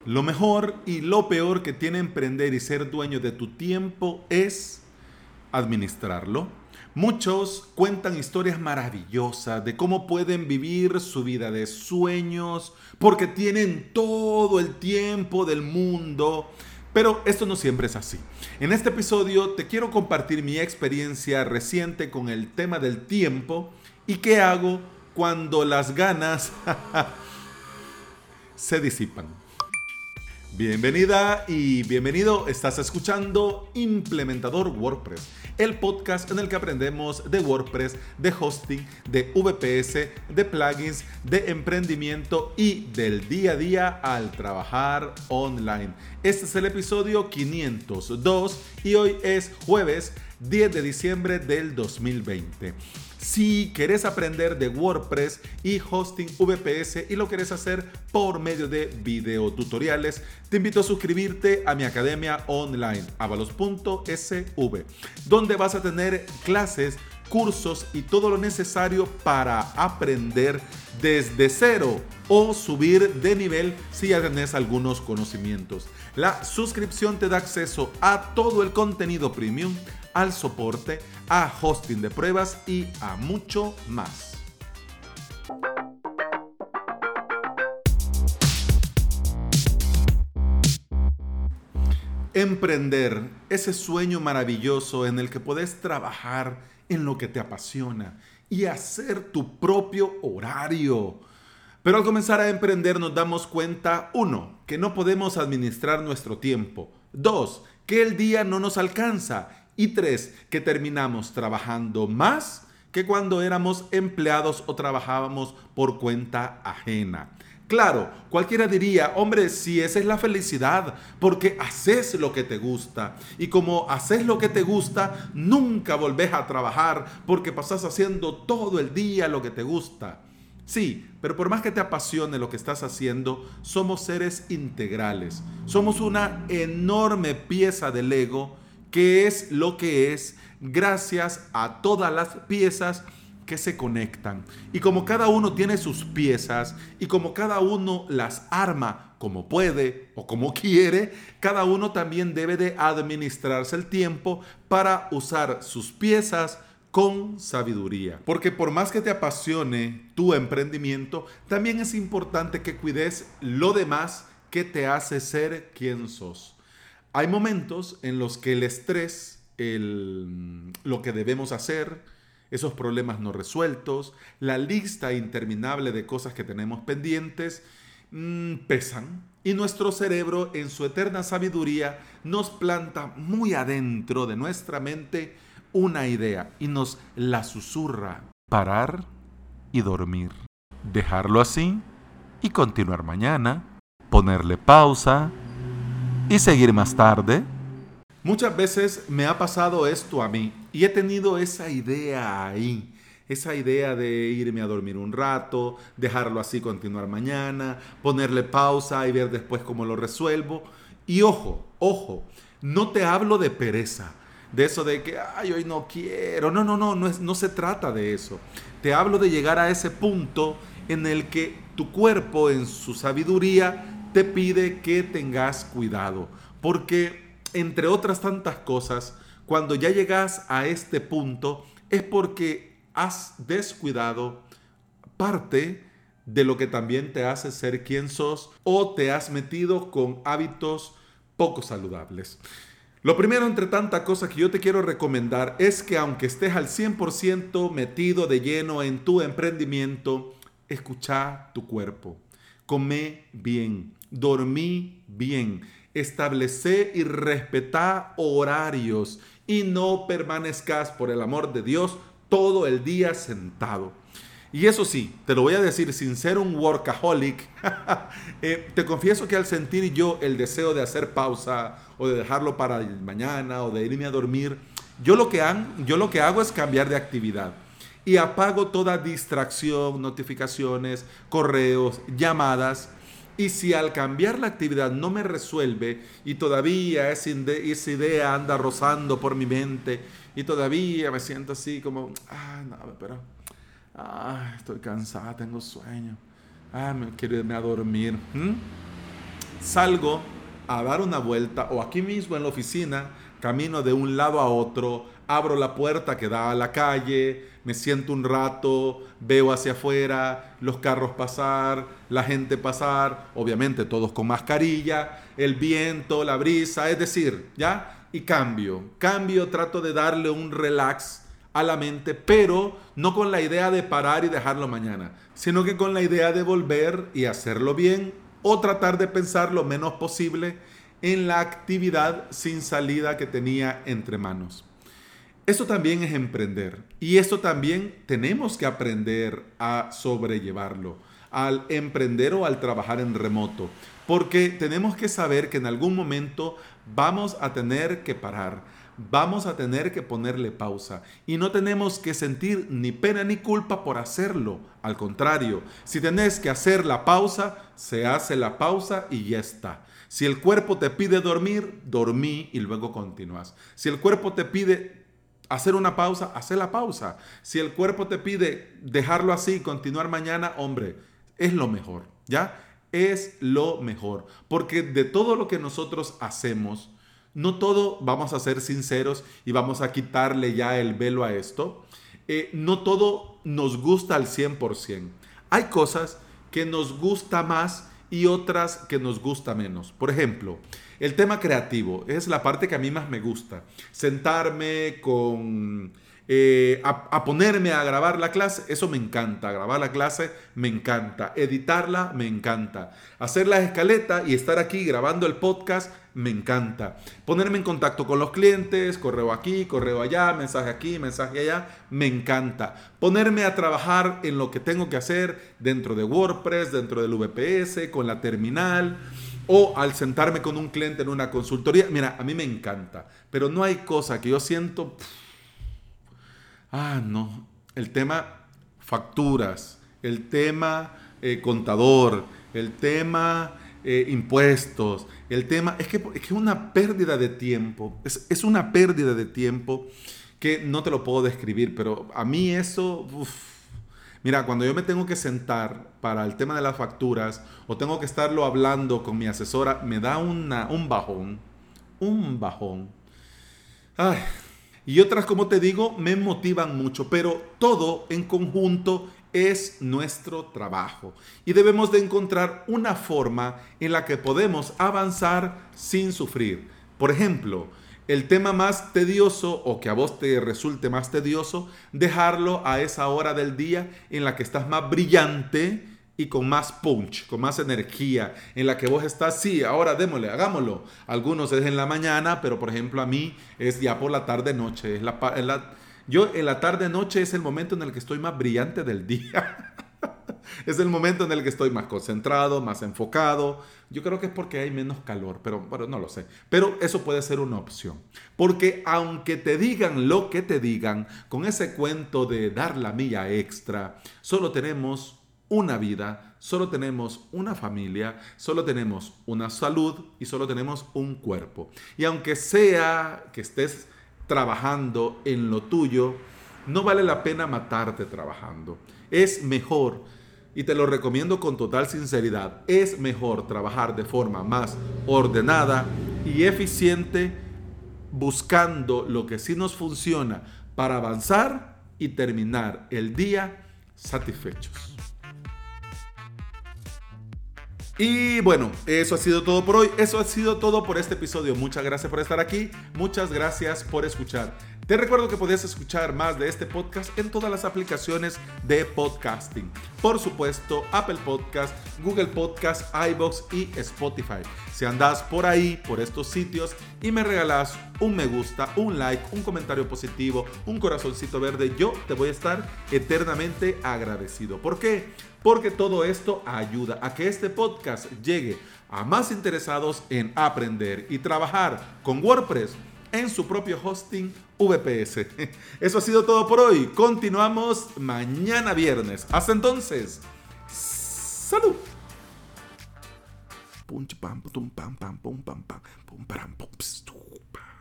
Lo mejor y lo peor que tiene emprender y ser dueño de tu tiempo es administrarlo. Muchos cuentan historias maravillosas de cómo pueden vivir su vida de sueños porque tienen todo el tiempo del mundo. Pero esto no siempre es así. En este episodio te quiero compartir mi experiencia reciente con el tema del tiempo y qué hago cuando las ganas se disipan. Bienvenida y bienvenido. Estás escuchando Implementador WordPress, el podcast en el que aprendemos de WordPress, de hosting, de VPS, de plugins, de emprendimiento y del día a día al trabajar online. Este es el episodio 502 y hoy es jueves 10 de diciembre del 2020. Si querés aprender de WordPress y hosting VPS y lo querés hacer por medio de videotutoriales, te invito a suscribirte a mi academia online, avalos.sv, donde vas a tener clases, cursos y todo lo necesario para aprender desde cero o subir de nivel si ya tenés algunos conocimientos. La suscripción te da acceso a todo el contenido premium, al soporte, a hosting de pruebas y a mucho más. Emprender, ese sueño maravilloso en el que podés trabajar en lo que te apasiona y hacer tu propio horario. Pero al comenzar a emprender nos damos cuenta, 1, que no podemos administrar nuestro tiempo. 2, que el día no nos alcanza. Y 3, que terminamos trabajando más que cuando éramos empleados o trabajábamos por cuenta ajena. Claro, cualquiera diría, hombre, si esa es la felicidad, porque haces lo que te gusta. Y como haces lo que te gusta, nunca volvés a trabajar porque pasás haciendo todo el día lo que te gusta. Sí, pero por más que te apasione lo que estás haciendo, somos seres integrales. Somos una enorme pieza del Lego que es lo que es gracias a todas las piezas que se conectan. Y como cada uno tiene sus piezas y como cada uno las arma como puede o como quiere, cada uno también debe de administrarse el tiempo para usar sus piezas con sabiduría. Porque por más que te apasione tu emprendimiento, también es importante que cuides lo demás que te hace ser quien sos. Hay momentos en los que el estrés, lo que debemos hacer, esos problemas no resueltos, la lista interminable de cosas que tenemos pendientes, pesan. Y nuestro cerebro, en su eterna sabiduría, nos planta muy adentro de nuestra mente una idea y nos la susurra. Parar y dormir. Dejarlo así y continuar mañana. Ponerle pausa y seguir más tarde. Muchas veces me ha pasado esto a mí y he tenido esa idea ahí. Esa idea de irme a dormir un rato, dejarlo así, continuar mañana, ponerle pausa y ver después cómo lo resuelvo. Y ojo, no te hablo de pereza, de eso de que, ay, hoy no quiero. No se trata de eso. Te hablo de llegar a ese punto en el que tu cuerpo, en su sabiduría, te pide que tengas cuidado. Porque, entre otras tantas cosas, cuando ya llegas a este punto, es porque has descuidado parte de lo que también te hace ser quien sos o te has metido con hábitos poco saludables. Lo primero entre tanta cosa que yo te quiero recomendar es que aunque estés al 100% metido de lleno en tu emprendimiento, escucha tu cuerpo. Come bien, dormí bien, establece y respeta horarios y no permanezcas, por el amor de Dios, todo el día sentado. Y eso sí, te lo voy a decir sin ser un workaholic, te confieso que al sentir yo el deseo de hacer pausa o de dejarlo para mañana o de irme a dormir, yo lo que hago es cambiar de actividad. Y apago toda distracción, notificaciones, correos, llamadas. Y si al cambiar la actividad no me resuelve y todavía esa idea anda rozando por mi mente y todavía me siento así como, estoy cansada, tengo sueño, me quiero irme a dormir. salgo a dar una vuelta o aquí mismo en la oficina, camino de un lado a otro, abro la puerta que da a la calle, me siento un rato, veo hacia afuera, los carros pasar, la gente pasar, obviamente todos con mascarilla, el viento, la brisa, es decir, ¿ya? Y cambio, trato de darle un relax a la mente, pero no con la idea de parar y dejarlo mañana, sino que con la idea de volver y hacerlo bien o tratar de pensar lo menos posible en la actividad sin salida que tenía entre manos. Eso también es emprender y eso también tenemos que aprender a sobrellevarlo al emprender o al trabajar en remoto, porque tenemos que saber que en algún momento vamos a tener que parar, vamos a tener que ponerle pausa y no tenemos que sentir ni pena ni culpa por hacerlo. Al contrario, si tenés que hacer la pausa, se hace la pausa y ya está. Si el cuerpo te pide dormir, dormí y luego continúas. Si el cuerpo te pide hacer una pausa, hace la pausa. Si el cuerpo te pide dejarlo así y continuar mañana, hombre, es lo mejor, ¿ya? Es lo mejor. Porque de todo lo que nosotros hacemos, no todo, vamos a ser sinceros y vamos a quitarle ya el velo a esto, no todo nos gusta al 100%. Hay cosas que nos gusta más y otras que nos gusta menos. Por ejemplo, el tema creativo es la parte que a mí más me gusta. Sentarme a ponerme a grabar la clase, eso me encanta. Grabar la clase me encanta. Editarla me encanta. Hacer la escaleta y estar aquí grabando el podcast me encanta. Ponerme en contacto con los clientes, correo aquí, correo allá, mensaje aquí, mensaje allá, me encanta. Ponerme a trabajar en lo que tengo que hacer dentro de WordPress, dentro del VPS, con la terminal o al sentarme con un cliente en una consultoría. Mira, a mí me encanta, pero no hay cosa que yo siento... no. El tema facturas, el tema contador, el tema impuestos, el tema... Es que es una pérdida de tiempo. Es una pérdida de tiempo que no te lo puedo describir, pero a mí eso... Mira, cuando yo me tengo que sentar para el tema de las facturas o tengo que estarlo hablando con mi asesora, me da un bajón. Un bajón. Ay. Y otras, como te digo, me motivan mucho, pero todo en conjunto es nuestro trabajo. Y debemos de encontrar una forma en la que podemos avanzar sin sufrir. Por ejemplo, el tema más tedioso o que a vos te resulte más tedioso, dejarlo a esa hora del día en la que estás más brillante y con más punch, con más energía, en la que vos estás, sí, ahora démosle, hagámoslo. Algunos es en la mañana, pero por ejemplo a mí es ya por la tarde-noche. Yo en la tarde-noche es el momento en el que estoy más brillante del día. Es el momento en el que estoy más concentrado, más enfocado. Yo creo que es porque hay menos calor, pero bueno, no lo sé. Pero eso puede ser una opción. Porque aunque te digan lo que te digan, con ese cuento de dar la milla extra, solo tenemos una vida, solo tenemos una familia, solo tenemos una salud y solo tenemos un cuerpo. Y aunque sea que estés trabajando en lo tuyo, no vale la pena matarte trabajando. Es mejor, y te lo recomiendo con total sinceridad, es mejor trabajar de forma más ordenada y eficiente buscando lo que sí nos funciona para avanzar y terminar el día satisfechos. Y bueno, eso ha sido todo por hoy. Eso ha sido todo por este episodio. Muchas gracias por estar aquí. Muchas gracias por escuchar. Te recuerdo que podías escuchar más de este podcast en todas las aplicaciones de podcasting. Por supuesto, Apple Podcast, Google Podcast, iVoox y Spotify. Si andas por ahí, por estos sitios y me regalas un me gusta, un like, un comentario positivo, un corazoncito verde, yo te voy a estar eternamente agradecido. ¿Por qué? Porque todo esto ayuda a que este podcast llegue a más interesados en aprender y trabajar con WordPress en su propio hosting VPS. Eso ha sido todo por hoy. Continuamos mañana viernes. Hasta entonces, ¡salud! Pum, pam, pum, pam, pam, pum, pam, pam, pum, pam, pum, pam.